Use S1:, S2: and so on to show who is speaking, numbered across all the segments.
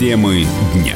S1: Темы дня.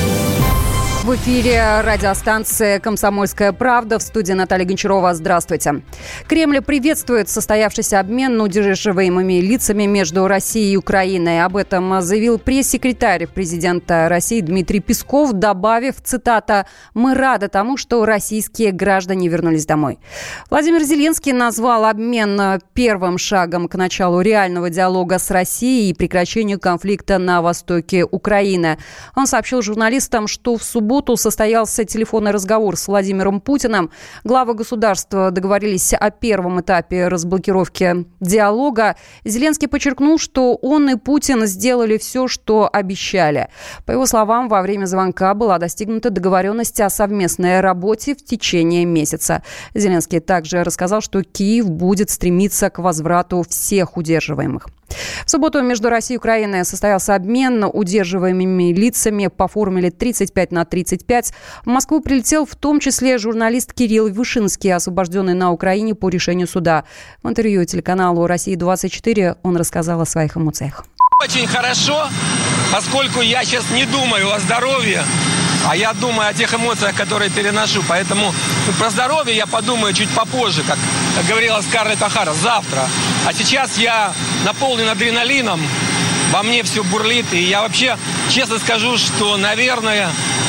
S2: В эфире радиостанция «Комсомольская правда». В студии Наталья Гончарова. Здравствуйте. Кремль приветствует состоявшийся обмен удерживаемыми лицами между Россией и Украиной. Об этом заявил пресс-секретарь президента России Дмитрий Песков, добавив, цитата, «Мы рады тому, что российские граждане вернулись домой». Владимир Зеленский назвал обмен первым шагом к началу реального диалога с Россией и прекращению конфликта на востоке Украины. Он сообщил журналистам, что в субботу состоялся телефонный разговор с Владимиром Путиным. Главы государства договорились о первом этапе разблокировки диалога. Зеленский подчеркнул, что он и Путин сделали все, что обещали. По его словам, во время звонка была достигнута договоренность о совместной работе в течение месяца. Зеленский также рассказал, что Киев будет стремиться к возврату всех удерживаемых. В субботу между Россией и Украиной состоялся обмен удерживаемыми лицами по формуле 35/35. В Москву прилетел в том числе журналист Кирилл Вышинский, освобожденный на Украине по решению суда. В интервью телеканалу «Россия-24» он рассказал о своих эмоциях.
S3: Очень хорошо, поскольку я сейчас не думаю о здоровье, а я думаю о тех эмоциях, которые переношу. Поэтому про здоровье я подумаю чуть попозже, как говорила Скарлетт О'Хара, завтра. А сейчас я наполнен адреналином, во мне все бурлит. И я вообще честно скажу, что, наверное,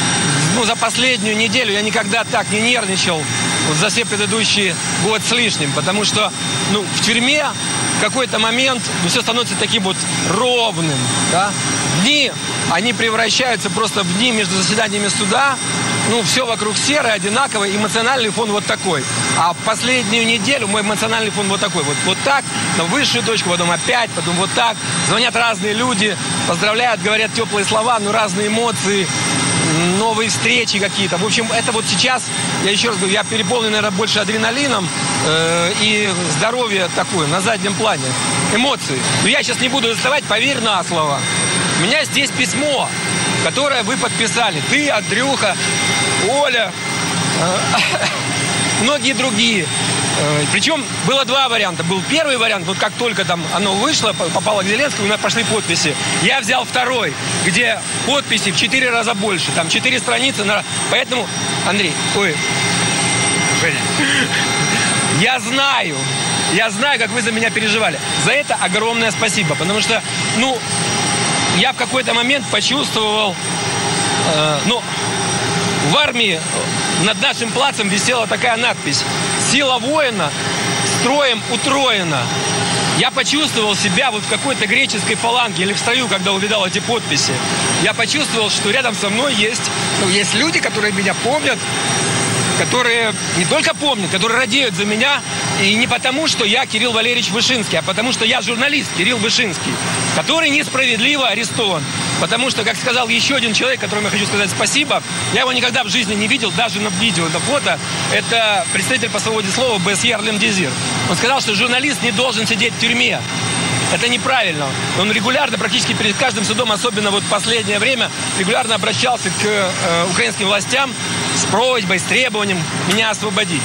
S3: за последнюю неделю я никогда так не нервничал за все предыдущие год с лишним. Потому что в тюрьме в какой-то момент все становится таким вот ровным. Да? Дни, они превращаются просто в дни между заседаниями суда. Все вокруг серое, одинаковое, эмоциональный фон вот такой. А в последнюю неделю мой эмоциональный фон вот такой. Вот так, на высшую точку, потом опять, потом вот так. Звонят разные люди, поздравляют, говорят теплые слова, разные эмоции, новые встречи какие-то. В общем, это вот сейчас, я еще раз говорю, я переполнен, наверное, больше адреналином и здоровье такое, на заднем плане. Эмоции. Но я сейчас не буду доставать, поверь на слово. У меня здесь письмо, которое вы подписали. Ты, Андрюха, Оля, многие другие. Причем было два варианта. Был первый вариант, вот как только там оно вышло, попало к Зеленскому, у нас пошли подписи. Я взял второй, где подписи в 4 раза больше. Там 4 страницы. Поэтому, Андрей, Женя, я знаю, как вы за меня переживали. За это огромное спасибо. Потому что, я в какой-то момент почувствовал, в армии над нашим плацем висела такая надпись: «Сила воина строем утроена». Я почувствовал себя вот в какой-то греческой фаланге или в строю, когда увидал эти подписи. Я почувствовал, что рядом со мной есть люди, которые меня помнят, которые не только помнят, которые радеют за меня. И не потому, что я Кирилл Валерьевич Вышинский, а потому, что я журналист Кирилл Вышинский, который несправедливо арестован. Потому что, как сказал еще один человек, которому я хочу сказать спасибо, я его никогда в жизни не видел, даже на видео, на фото. Это представитель по свободе слова БСЕ Арлем Дезир. Он сказал, что журналист не должен сидеть в тюрьме. Это неправильно. Он регулярно, практически перед каждым судом, особенно вот в последнее время, регулярно обращался к украинским властям с просьбой, с требованием меня освободить.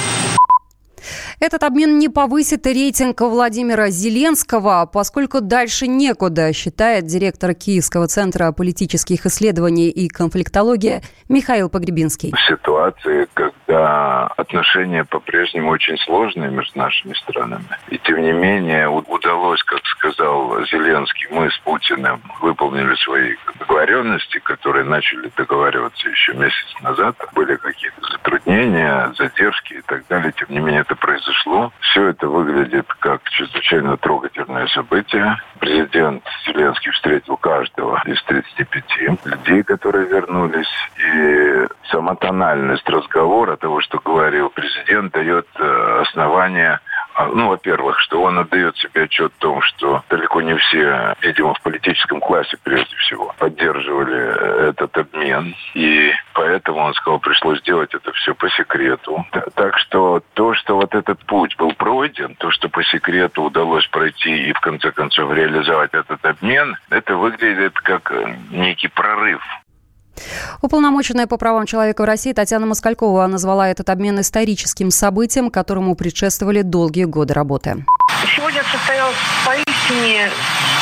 S2: Этот обмен не повысит рейтинг Владимира Зеленского, поскольку дальше некуда, считает директор Киевского центра политических исследований и конфликтологии Михаил Погребинский.
S4: В ситуации, когда отношения по-прежнему очень сложные между нашими странами, и тем не менее удалось, как сказал Зеленский, мы с Путиным выполнили свои договоренности, которые начали договариваться еще месяц назад. Были какие-то затруднения, задержки и так далее. Тем не менее, это произошло. Все это выглядит как чрезвычайно трогательное событие. Президент Зеленский встретил каждого из 35 людей, которые вернулись. И сама тональность разговора, того, что говорил президент, дает основание. Во-первых, что он отдает себе отчет в том, что далеко не все, видимо, в политическом классе, прежде всего, поддерживали этот обмен. И поэтому, он сказал, пришлось делать это все по секрету. Так что то, что вот этот путь был пройден, то, что по секрету удалось пройти и, в конце концов, реализовать этот обмен, это выглядит как некий прорыв.
S2: Уполномоченная по правам человека в России Татьяна Москалькова назвала этот обмен историческим событием, которому предшествовали долгие годы работы.
S5: Сегодня состоялось поистине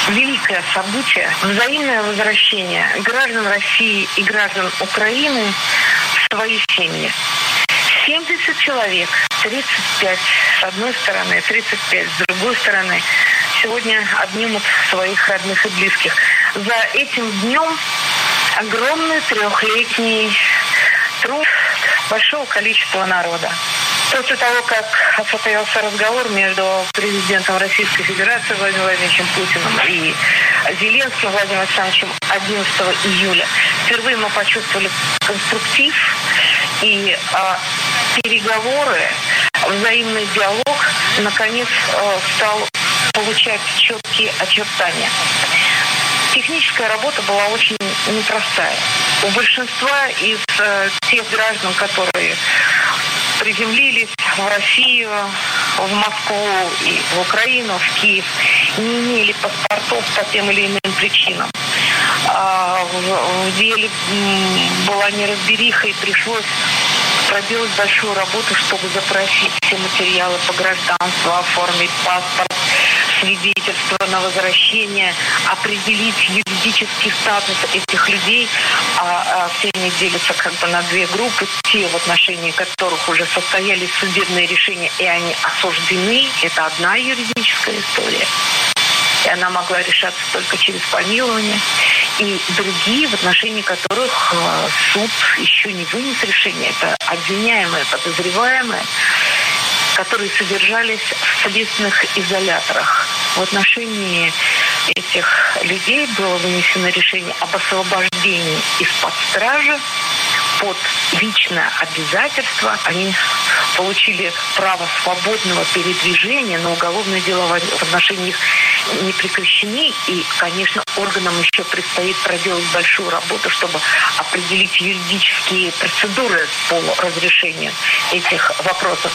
S1: великое событие, взаимное возвращение граждан России и граждан Украины в свои семьи. 70 человек, 35 с одной стороны, 35 с другой стороны, сегодня обнимут своих родных и близких. За этим днем огромный трехлетний труд большого количества народа. После того, как состоялся разговор между президентом Российской Федерации Владимиром Владимировичем Путиным и Зеленским Владимиром Александровичем 11 июля, впервые мы почувствовали конструктив и переговоры, взаимный диалог, наконец, стал получать четкие очертания. Техническая работа была очень непростая. У большинства из тех граждан, которые приземлились в Россию, в Москву и в Украину, в Киев, не имели паспортов по тем или иным причинам. В деле была неразбериха, и пришлось проделать большую работу, чтобы запросить все материалы по гражданству, оформить паспорт, свидетельство на возвращение, определить юридический статус этих людей. Все они делятся как бы на две группы. Те, в отношении которых уже состоялись судебные решения, и они осуждены. Это одна юридическая история. И она могла решаться только через помилование. И другие, в отношении которых суд еще не вынес решение. Это обвиняемые, подозреваемые, которые содержались в следственных изоляторах. В отношении этих людей было вынесено решение об освобождении из-под стражи под личное обязательство. Они получили право свободного передвижения, но уголовные дела в отношении них не прекращены. И, конечно, органам еще предстоит проделать большую работу, чтобы определить юридические процедуры по разрешению этих вопросов.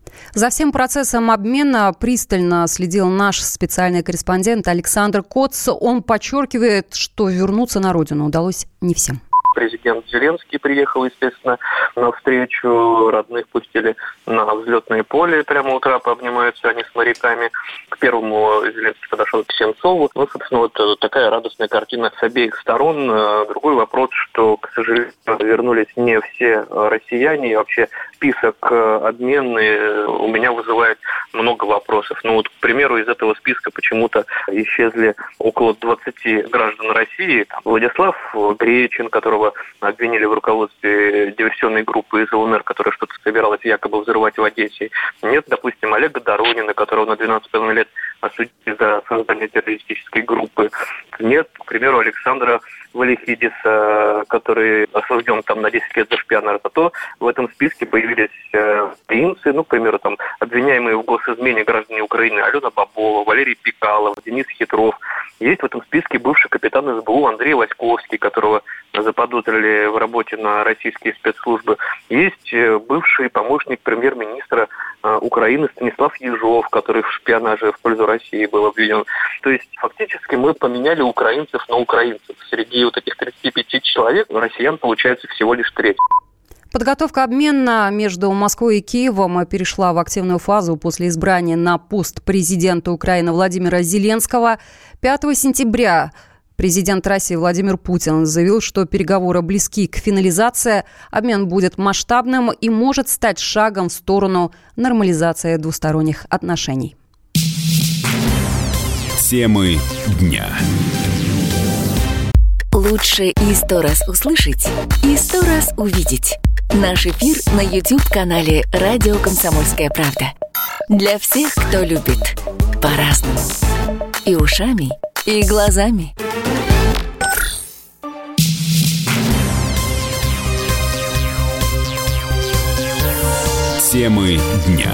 S2: За всем процессом обмена пристально следил наш специальный корреспондент Александр Коц. Он подчеркивает, что вернуться на родину удалось не всем.
S5: Президент Зеленский приехал, естественно, на встречу. Родных пустили на взлетное поле. Прямо у трапа обнимаются они с моряками. К первому Зеленский подошел к Сенцову. Ну, собственно, вот такая радостная картина с обеих сторон. Другой вопрос, что, к сожалению, вернулись не все россияне. И вообще список обменный у меня вызывает много вопросов. Ну вот, к примеру, из этого списка почему-то исчезли около 20 граждан России. Там Владислав Гречин, которого обвинили в руководстве диверсионной группы из ЛНР, которая что-то собиралась якобы взрывать в Одессе. Нет, допустим, Олега Доронина, которого на 12,5 лет осудили за создание террористической группы. Нет, к примеру, Александра Валихидиса, который осужден там на 10 лет за шпионаж. Зато в этом списке появились украинцы, ну, к примеру, там обвиняемые в госизмене граждане Украины Алена Бобова, Валерий Пикалов, Денис Хитров. Есть в этом списке бывший капитан СБУ Андрей Васьковский, которого заподозрили в работе на российские спецслужбы. Есть бывший помощник премьер-министра Украины Станислав Ежов, который в шпионаже в пользу России был обвинен. То есть фактически мы поменяли украинцев на украинцев. Среди вот этих 35 человек россиян получается всего лишь треть.
S2: Подготовка обмена между Москвой и Киевом перешла в активную фазу после избрания на пост президента Украины Владимира Зеленского. 5 сентября президент России Владимир Путин заявил, что переговоры близки к финализации. Обмен будет масштабным и может стать шагом в сторону нормализации двусторонних отношений.
S6: Темы дня.
S7: Лучше и 100 раз услышать, и 100 раз увидеть. Наш эфир на YouTube-канале «Радио Комсомольская правда». Для всех, кто любит по-разному. И ушами, и глазами.
S6: Темы дня.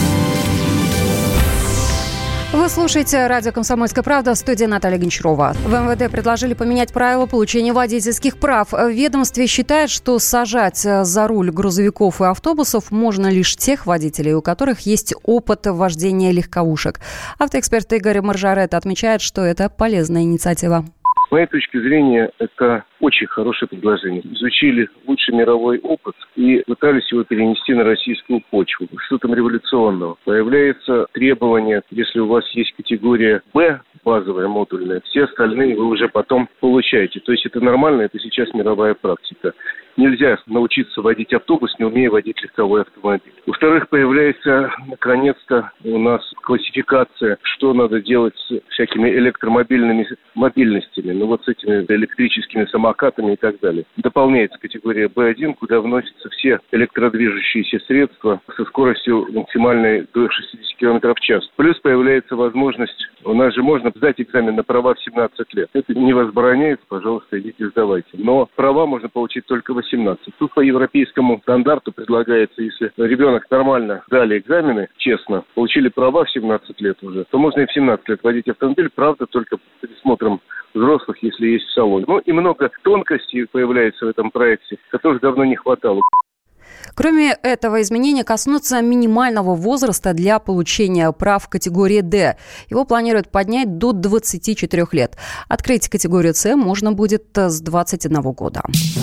S2: Вы слушаете радио «Комсомольская правда», в студии Наталья Гончарова. В МВД предложили поменять правила получения водительских прав. В ведомстве считают, что сажать за руль грузовиков и автобусов можно лишь тех водителей, у которых есть опыт вождения легковушек. Автоэксперт Игорь Маржарет отмечает, что это полезная инициатива.
S8: С моей точки зрения, это очень хорошее предложение. Изучили лучший мировой опыт и пытались его перенести на российскую почву. Что там революционного? Появляется требование, если у вас есть категория «Б», базовая, модульная, все остальные вы уже потом получаете. То есть это нормально, это сейчас мировая практика. Нельзя научиться водить автобус, не умея водить легковой автомобиль. Во-вторых, появляется, наконец-то, у нас классификация, что надо делать с всякими электромобильными мобильностями, с этими электрическими самокатами и так далее. Дополняется категория B1, куда вносятся все электродвижущиеся средства со скоростью максимальной до 60 км в час. Плюс появляется возможность, у нас же можно сдать экзамен на права в 17 лет. Это не возбраняется, пожалуйста, идите сдавайте. Но права можно получить только в 18. Тут по европейскому стандарту предлагается, если ребенок нормально сдали экзамены, честно, получили права в 17 лет уже, то можно и в 17 лет водить автомобиль, правда, только под присмотром взрослых, если есть в салоне. И много тонкостей появляется в этом проекте, которых давно не хватало.
S2: Кроме этого, изменения коснутся минимального возраста для получения прав категории «Д». Его планируют поднять до 24 лет. Открыть категорию «С» можно будет с 21 года.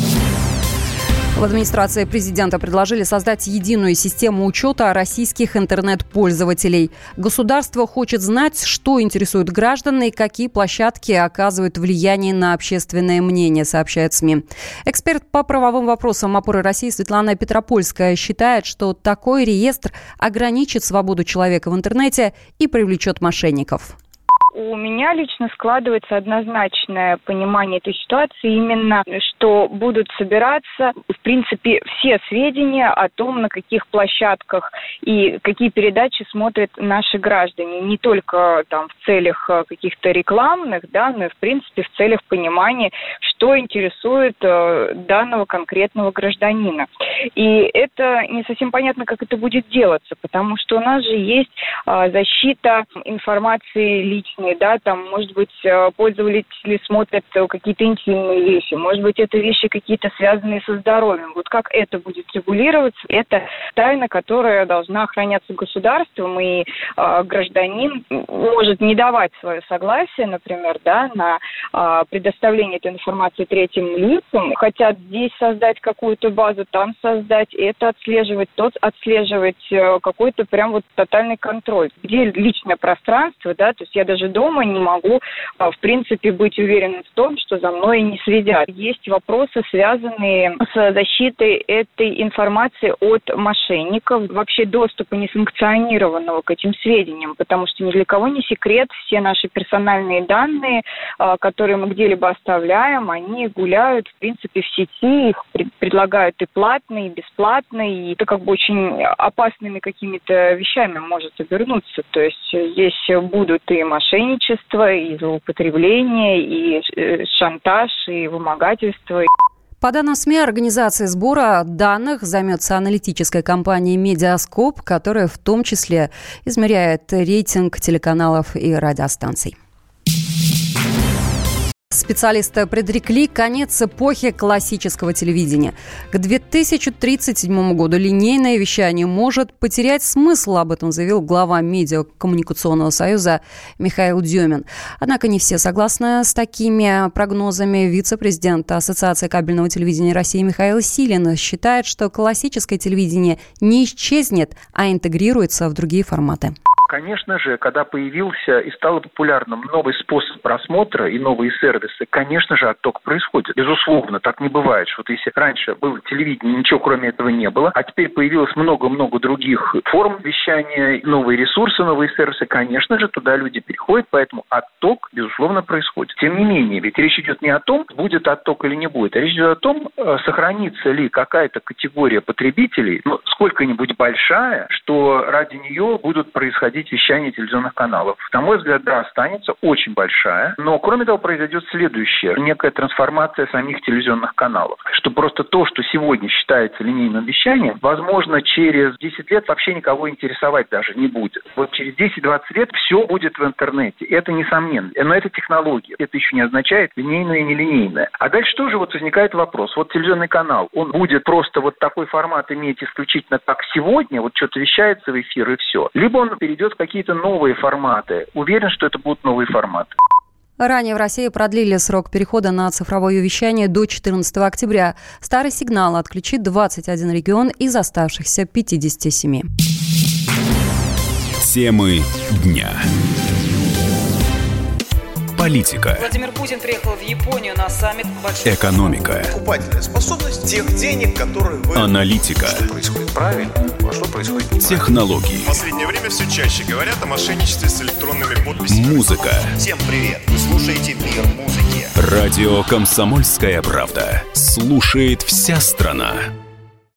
S2: В администрации президента предложили создать единую систему учета российских интернет-пользователей. Государство хочет знать, что интересует граждан и какие площадки оказывают влияние на общественное мнение, сообщает СМИ. Эксперт по правовым вопросам «Опоры России» Светлана Петропольская считает, что такой реестр ограничит свободу человека в интернете и привлечет мошенников.
S9: У меня лично складывается однозначное понимание этой ситуации, именно что будут собираться, в принципе, все сведения о том, на каких площадках и какие передачи смотрят наши граждане. Не только там в целях каких-то рекламных, но и, в принципе, в целях понимания, что интересует данного конкретного гражданина. И это не совсем понятно, как это будет делаться, потому что у нас же есть защита информации личной, там, может быть, пользователи смотрят какие-то интимные вещи, может быть, это вещи какие-то связанные со здоровьем. Вот как это будет регулироваться, это тайна, которая должна охраняться государством, и гражданин может не давать свое согласие, например, на предоставление этой информации третьим лицам. Хотят здесь создать какую-то базу, там создать, это отслеживать, тот отслеживать, какой-то прям тотальный контроль. Где личное пространство, то есть я даже дома не могу, в принципе, быть уверенным в том, что за мной не следят. Есть вопросы, связанные с защитой этой информации от мошенников, вообще доступа несанкционированного к этим сведениям, потому что ни для кого не секрет, все наши персональные данные, которые мы где-либо оставляем, они гуляют, в принципе, в сети, их предлагают и платно, и бесплатно, и это очень опасными какими-то вещами может обернуться. То есть здесь будут и мошенничество, и злоупотребление, и шантаж, и вымогательство.
S2: По данным СМИ, организацией сбора данных займется аналитическая компания «Медиаскоп», которая в том числе измеряет рейтинг телеканалов и радиостанций. Специалисты предрекли конец эпохи классического телевидения. К 2037 году линейное вещание может потерять смысл, об этом заявил глава Медиакоммуникационного союза Михаил Демин. Однако не все согласны с такими прогнозами. Вице-президент Ассоциации кабельного телевидения России Михаил Силин считает, что классическое телевидение не исчезнет, а интегрируется в другие форматы.
S10: Конечно же, когда появился и стало популярным новый способ просмотра и новые сервисы, конечно же, отток происходит. Безусловно, так не бывает, что если раньше было телевидение, ничего кроме этого не было, а теперь появилось много-много других форм вещания, новые ресурсы, новые сервисы, конечно же, туда люди переходят, поэтому отток, безусловно, происходит. Тем не менее, ведь речь идет не о том, будет отток или не будет, а речь идет о том, сохранится ли какая-то категория потребителей, сколько-нибудь большая, что ради нее будут происходить вещание телевизионных каналов. На мой взгляд, да, останется очень большая, но кроме того произойдет следующее, некая трансформация самих телевизионных каналов, что просто то, что сегодня считается линейным вещанием, возможно, через 10 лет вообще никого интересовать даже не будет. Вот через 10-20 лет все будет в интернете. Это несомненно. Но это технология. Это еще не означает линейное и нелинейное. А дальше тоже возникает вопрос. Телевизионный канал, он будет просто такой формат иметь исключительно как сегодня, что-то вещается в эфир и все. Либо он перейдет в какие-то новые форматы. Уверен, что это будут новые форматы.
S2: Ранее в России продлили срок перехода на цифровое вещание до 14 октября. Старый сигнал отключит 21 регион из оставшихся 57.
S6: Темы дня. Политика.
S11: Владимир Путин приехал в Японию на саммит большой...
S6: Экономика.
S12: Покупательная способность тех денег, которые вы...
S6: Аналитика.
S12: Что происходит правильно, а что происходит неправильно.
S6: Технологии.
S12: В последнее время все чаще говорят о мошенничестве с электронными подписями.
S6: Музыка.
S12: Всем привет! Вы слушаете «Мир музыки».
S6: Радио «Комсомольская правда». Слушает вся страна.